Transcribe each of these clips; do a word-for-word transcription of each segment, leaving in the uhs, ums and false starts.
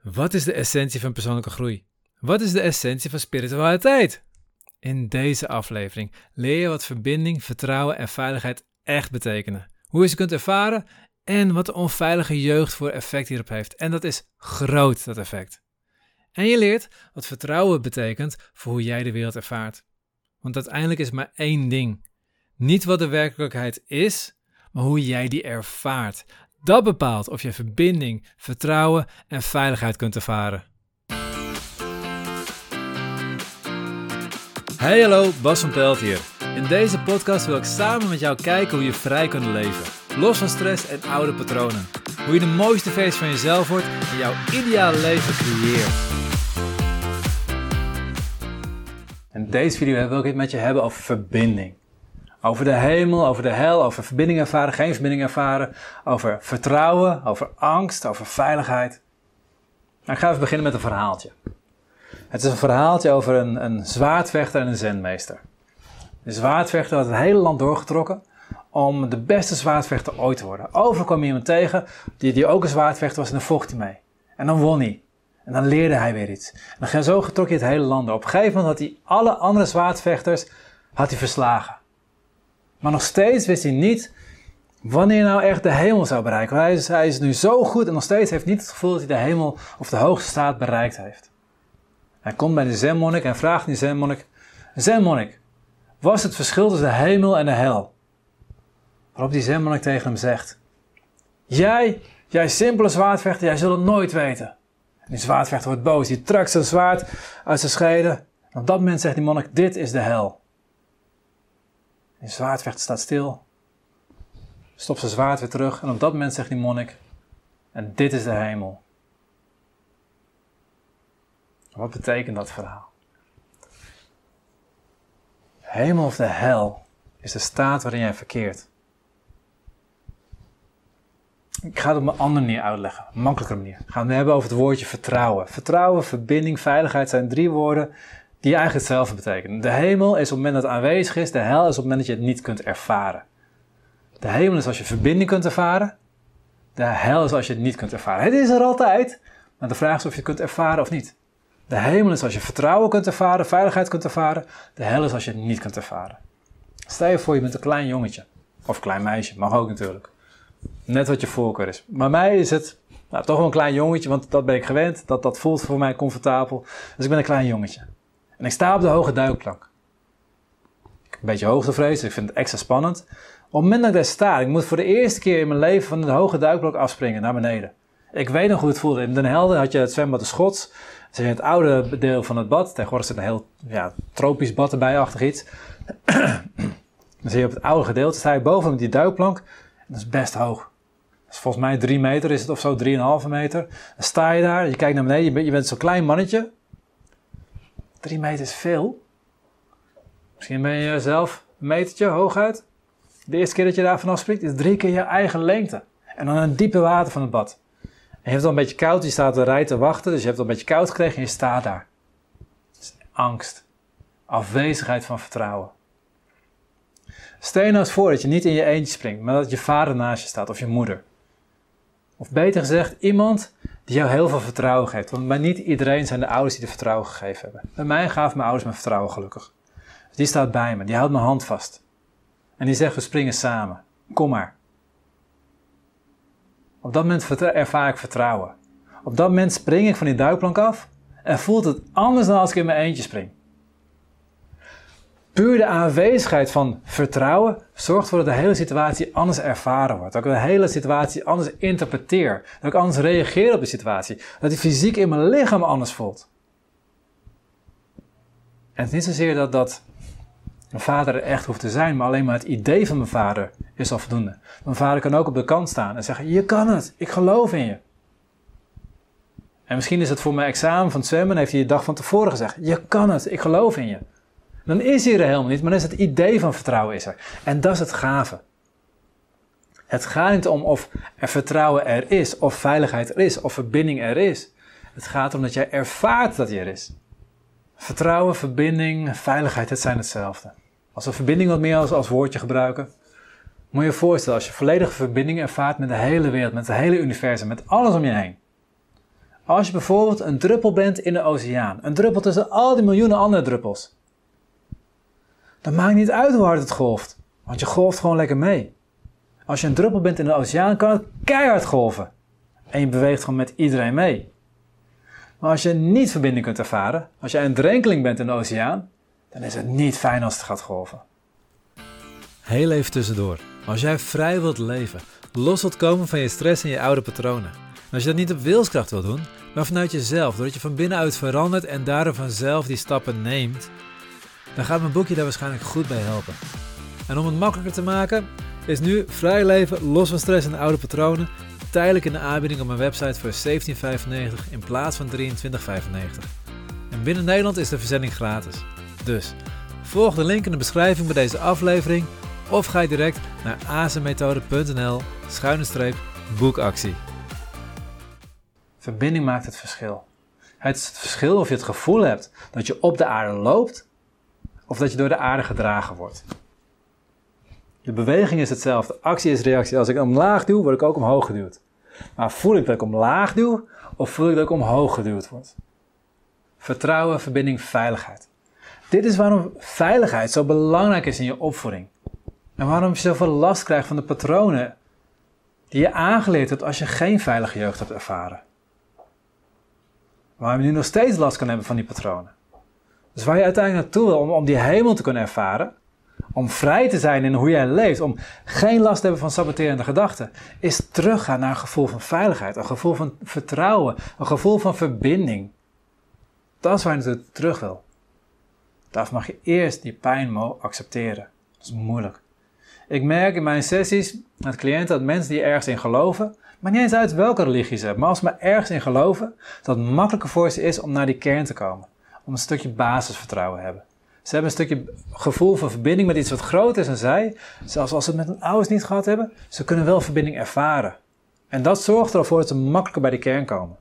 Wat is de essentie van persoonlijke groei? Wat is de essentie van spiritualiteit? In deze aflevering leer je wat verbinding, vertrouwen en veiligheid echt betekenen. Hoe je ze kunt ervaren en wat de onveilige jeugd voor effect hierop heeft. En dat is groot, dat effect. En je leert wat vertrouwen betekent voor hoe jij de wereld ervaart. Want uiteindelijk is maar één ding. Niet wat de werkelijkheid is, maar hoe jij die ervaart. Dat bepaalt of je verbinding, vertrouwen en veiligheid kunt ervaren. Hey hallo, Bas van Pelt hier. In deze podcast wil ik samen met jou kijken hoe je vrij kunt leven. Los van stress en oude patronen. Hoe je de mooiste versie van jezelf wordt en jouw ideale leven creëert. In deze video wil ik het met je hebben over verbinding. Over de hemel, over de hel, over verbinding ervaren, geen verbinding ervaren. Over vertrouwen, over angst, over veiligheid. Nou, ik ga even beginnen met een verhaaltje. Het is een verhaaltje over een, een zwaardvechter en een zenmeester. De zwaardvechter had het hele land doorgetrokken om de beste zwaardvechter ooit te worden. Overal kwam iemand tegen die, die ook een zwaardvechter was en dan vocht hij mee. En dan won hij. En dan leerde hij weer iets. En dan zo trok hij het hele land door. Op een gegeven moment had hij alle andere zwaardvechters had hij verslagen. Maar nog steeds wist hij niet wanneer nou echt de hemel zou bereiken. Hij is, hij is nu zo goed en nog steeds heeft hij niet het gevoel dat hij de hemel of de hoogste staat bereikt heeft. Hij komt bij de zenmonnik en vraagt die zenmonnik: Zenmonnik, wat is het verschil tussen de hemel en de hel? Waarop die zenmonnik tegen hem zegt: Jij, jij simpele zwaardvechter, jij zult het nooit weten. En die zwaardvechter wordt boos, hij trekt zijn zwaard uit zijn schede. En op dat moment zegt die monnik: Dit is de hel. Die zwaardvechter staat stil, stopt zijn zwaard weer terug en op dat moment zegt die monnik: En dit is de hemel. Wat betekent dat verhaal? Hemel of de hel is de staat waarin jij verkeert. Ik ga het op een andere manier uitleggen, een makkelijke manier. We gaan het hebben over het woordje vertrouwen. Vertrouwen, verbinding, veiligheid zijn drie woorden die eigenlijk hetzelfde betekenen. De hemel is op het moment dat het aanwezig is, de hel is op het moment dat je het niet kunt ervaren. De hemel is als je verbinding kunt ervaren, de hel is als je het niet kunt ervaren. Het is er altijd, maar de vraag is of je het kunt ervaren of niet. De hemel is als je vertrouwen kunt ervaren, veiligheid kunt ervaren, de hel is als je het niet kunt ervaren. Stel je voor je bent een klein jongetje, of een klein meisje, mag ook natuurlijk. Net wat je voorkeur is. Maar mij is het nou, toch wel een klein jongetje, want dat ben ik gewend, dat, dat voelt voor mij comfortabel. Dus ik ben een klein jongetje. En ik sta op de hoge duikplank. Ik heb een beetje hoogtevrees, dus ik vind het extra spannend. Op het moment dat ik daar sta, ik moet voor de eerste keer in mijn leven van de hoge duikplank afspringen naar beneden. Ik weet nog hoe het voelde. In Den Helder had je het zwembad de Schots. Dat is het oude deel van het bad. Tegenwoordig zit een heel ja, tropisch bad erbij, achtig iets. Dan zie je op het oude gedeelte, sta je boven op die duikplank. En dat is best hoog. Dat is volgens mij drie meter is het of zo, drieënhalve meter. Dan sta je daar, je kijkt naar beneden, je bent, je bent zo'n klein mannetje. Drie meter is veel. Misschien ben je zelf een metertje hooguit. De eerste keer dat je daar vanaf springt is drie keer je eigen lengte. En dan een diepe water van het bad. En je hebt het al een beetje koud, je staat de rij te wachten, dus je hebt het al een beetje koud gekregen en je staat daar. Dat is angst. Afwezigheid van vertrouwen. Stel je nou eens voor dat je niet in je eentje springt, maar dat je vader naast je staat of je moeder. Of beter gezegd, iemand die jou heel veel vertrouwen geeft. Want bij niet iedereen zijn de ouders die de vertrouwen gegeven hebben. Bij mij gaven mijn ouders me vertrouwen gelukkig. Dus die staat bij me, die houdt mijn hand vast. En die zegt: we springen samen. Kom maar. Op dat moment ervaar ik vertrouwen. Op dat moment spring ik van die duikplank af en voelt het anders dan als ik in mijn eentje spring. Puur de aanwezigheid van vertrouwen zorgt ervoor dat de hele situatie anders ervaren wordt. Dat ik de hele situatie anders interpreteer. Dat ik anders reageer op de situatie. Dat die fysiek in mijn lichaam anders voelt. En het is niet zozeer dat, dat mijn vader er echt hoeft te zijn, maar alleen maar het idee van mijn vader is al voldoende. Mijn vader kan ook op de kant staan en zeggen: je kan het, ik geloof in je. En misschien is het voor mijn examen van het zwemmen, heeft hij de dag van tevoren gezegd: je kan het, ik geloof in je. Dan is hij er helemaal niet, maar dan is het idee van vertrouwen is er. En dat is het gave. Het gaat niet om of er vertrouwen er is, of veiligheid er is, of verbinding er is. Het gaat om dat jij ervaart dat hij er is. Vertrouwen, verbinding, veiligheid, het zijn hetzelfde. Als we verbinding wat meer als, als woordje gebruiken, moet je je voorstellen, als je volledige verbinding ervaart met de hele wereld, met het hele universum, met alles om je heen. Als je bijvoorbeeld een druppel bent in de oceaan, een druppel tussen al die miljoenen andere druppels, dan maakt niet uit hoe hard het golft, want je golft gewoon lekker mee. Als je een druppel bent in de oceaan, kan het keihard golven en je beweegt gewoon met iedereen mee. Maar als je niet verbinding kunt ervaren, als jij een drenkeling bent in de oceaan, dan is het niet fijn als het gaat golven. Heel even tussendoor. Als jij vrij wilt leven, los wilt komen van je stress en je oude patronen. En als je dat niet op wilskracht wilt doen, maar vanuit jezelf, doordat je van binnenuit verandert en daardoor vanzelf die stappen neemt, dan gaat mijn boekje daar waarschijnlijk goed bij helpen. En om het makkelijker te maken, is nu vrij leven, los van stress en oude patronen, tijdelijk in de aanbieding op mijn website voor zeventien vijfennegentig in plaats van drieëntwintig vijfennegentig. En binnen Nederland is de verzending gratis. Dus volg de link in de beschrijving bij deze aflevering of ga je direct naar azemethode.nl schuine streep boekactie. Verbinding maakt het verschil. Het is het verschil of je het gevoel hebt dat je op de aarde loopt of dat je door de aarde gedragen wordt. De beweging is hetzelfde, actie is reactie. Als ik omlaag duw, word ik ook omhoog geduwd. Maar voel ik dat ik omlaag duw of voel ik dat ik omhoog geduwd word? Vertrouwen, verbinding, veiligheid. Dit is waarom veiligheid zo belangrijk is in je opvoeding. En waarom je zoveel last krijgt van de patronen die je aangeleerd hebt als je geen veilige jeugd hebt ervaren. Waarom je nu nog steeds last kan hebben van die patronen. Dus waar je uiteindelijk naartoe wil om, om die hemel te kunnen ervaren, om vrij te zijn in hoe jij leeft, om geen last te hebben van saboterende gedachten, is teruggaan naar een gevoel van veiligheid, een gevoel van vertrouwen, een gevoel van verbinding. Dat is waar je natuurlijk terug wil. Daarvoor mag je eerst die pijn accepteren. Dat is moeilijk. Ik merk in mijn sessies met cliënten dat mensen die ergens in geloven, maar niet eens uit welke religie ze hebben, maar als ze maar ergens in geloven, dat het makkelijker voor ze is om naar die kern te komen. Om een stukje basisvertrouwen te hebben. Ze hebben een stukje gevoel van verbinding met iets wat groter is dan zij. Zelfs als ze het met hun ouders niet gehad hebben, ze kunnen wel verbinding ervaren. En dat zorgt ervoor dat ze makkelijker bij die kern komen.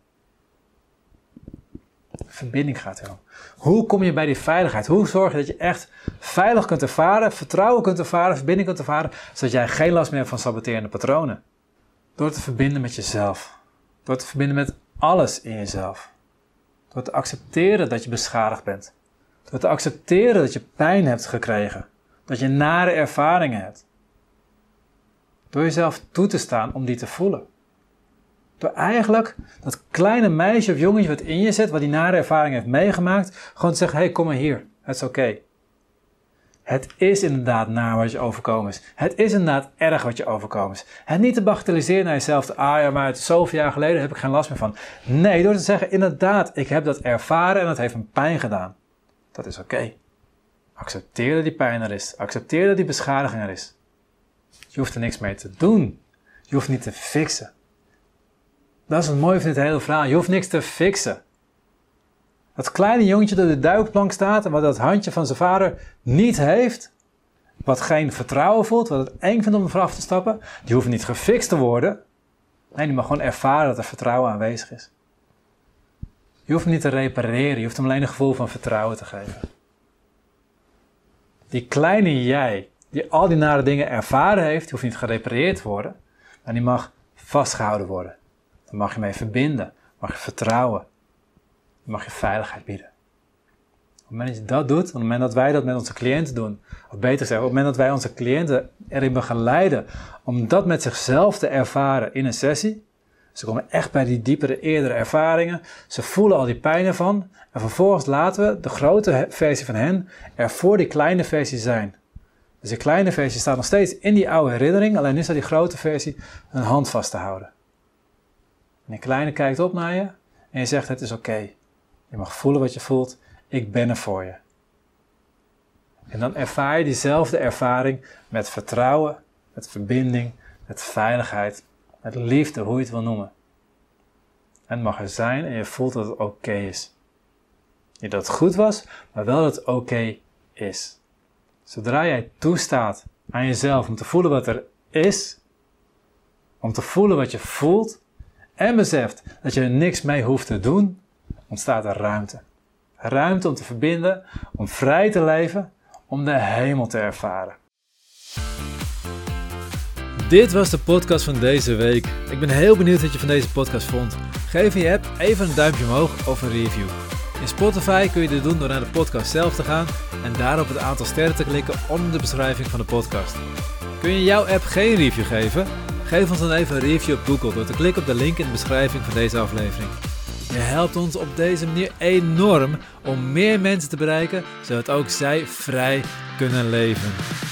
Verbinding gaat erom. Hoe kom je bij die veiligheid? Hoe zorg je dat je echt veilig kunt ervaren, vertrouwen kunt ervaren, verbinding kunt ervaren, zodat jij geen last meer hebt van saboterende patronen? Door te verbinden met jezelf. Door te verbinden met alles in jezelf. Door te accepteren dat je beschadigd bent. Door te accepteren dat je pijn hebt gekregen. Dat je nare ervaringen hebt. Door jezelf toe te staan om die te voelen. Door eigenlijk dat kleine meisje of jongetje wat in je zit, wat die nare ervaring heeft meegemaakt, gewoon te zeggen, hé, hey, kom maar hier, het is oké. Okay. Het is inderdaad naar wat je overkomen is. Het is inderdaad erg wat je overkomen is. Het niet te bagatelliseren naar jezelf, ah ja, maar het is zoveel jaar geleden, heb ik geen last meer van. Nee, door te zeggen, inderdaad, ik heb dat ervaren en dat heeft me pijn gedaan. Dat is oké. Okay. Accepteer dat die pijn er is. Accepteer dat die beschadiging er is. Je hoeft er niks mee te doen. Je hoeft niet te fixen. Dat is het mooie van dit hele verhaal. Je hoeft niks te fixen. Dat kleine jongetje dat op de duikplank staat en wat dat handje van zijn vader niet heeft, wat geen vertrouwen voelt, wat het eng vindt om er vanaf te stappen, die hoeft niet gefixt te worden. Nee, die mag gewoon ervaren dat er vertrouwen aanwezig is. Je hoeft hem niet te repareren, je hoeft hem alleen een gevoel van vertrouwen te geven. Die kleine jij, die al die nare dingen ervaren heeft, die hoeft niet gerepareerd te worden, maar die mag vastgehouden worden. Dan mag je mee verbinden, mag je vertrouwen, dan mag je veiligheid bieden. Op het moment dat je dat doet, op het moment dat wij dat met onze cliënten doen, of beter gezegd, op het moment dat wij onze cliënten erin begeleiden om dat met zichzelf te ervaren in een sessie, ze komen echt bij die diepere, eerdere ervaringen, ze voelen al die pijn ervan en vervolgens laten we de grote versie van hen er voor die kleine versie zijn. Dus die kleine versie staat nog steeds in die oude herinnering, alleen nu staat die grote versie een hand vast te houden. En die kleine kijkt op naar je en je zegt, het is oké. Okay. Je mag voelen wat je voelt, ik ben er voor je. En dan ervaar je diezelfde ervaring met vertrouwen, met verbinding, met veiligheid, met liefde, hoe je het wil noemen. En het mag er zijn en je voelt dat het oké okay is. Niet dat het goed was, maar wel dat het oké okay is. Zodra jij toestaat aan jezelf om te voelen wat er is, om te voelen wat je voelt en beseft dat je er niks mee hoeft te doen, ontstaat er ruimte. Ruimte om te verbinden, om vrij te leven, om de hemel te ervaren. Dit was de podcast van deze week. Ik ben heel benieuwd wat je van deze podcast vond. Geef in je app even een duimpje omhoog of een review. In Spotify kun je dit doen door naar de podcast zelf te gaan en daar op het aantal sterren te klikken onder de beschrijving van de podcast. Kun je in jouw app geen review geven? Geef ons dan even een review op Google door te klikken op de link in de beschrijving van deze aflevering. Je helpt ons op deze manier enorm om meer mensen te bereiken, zodat ook zij vrij kunnen leven.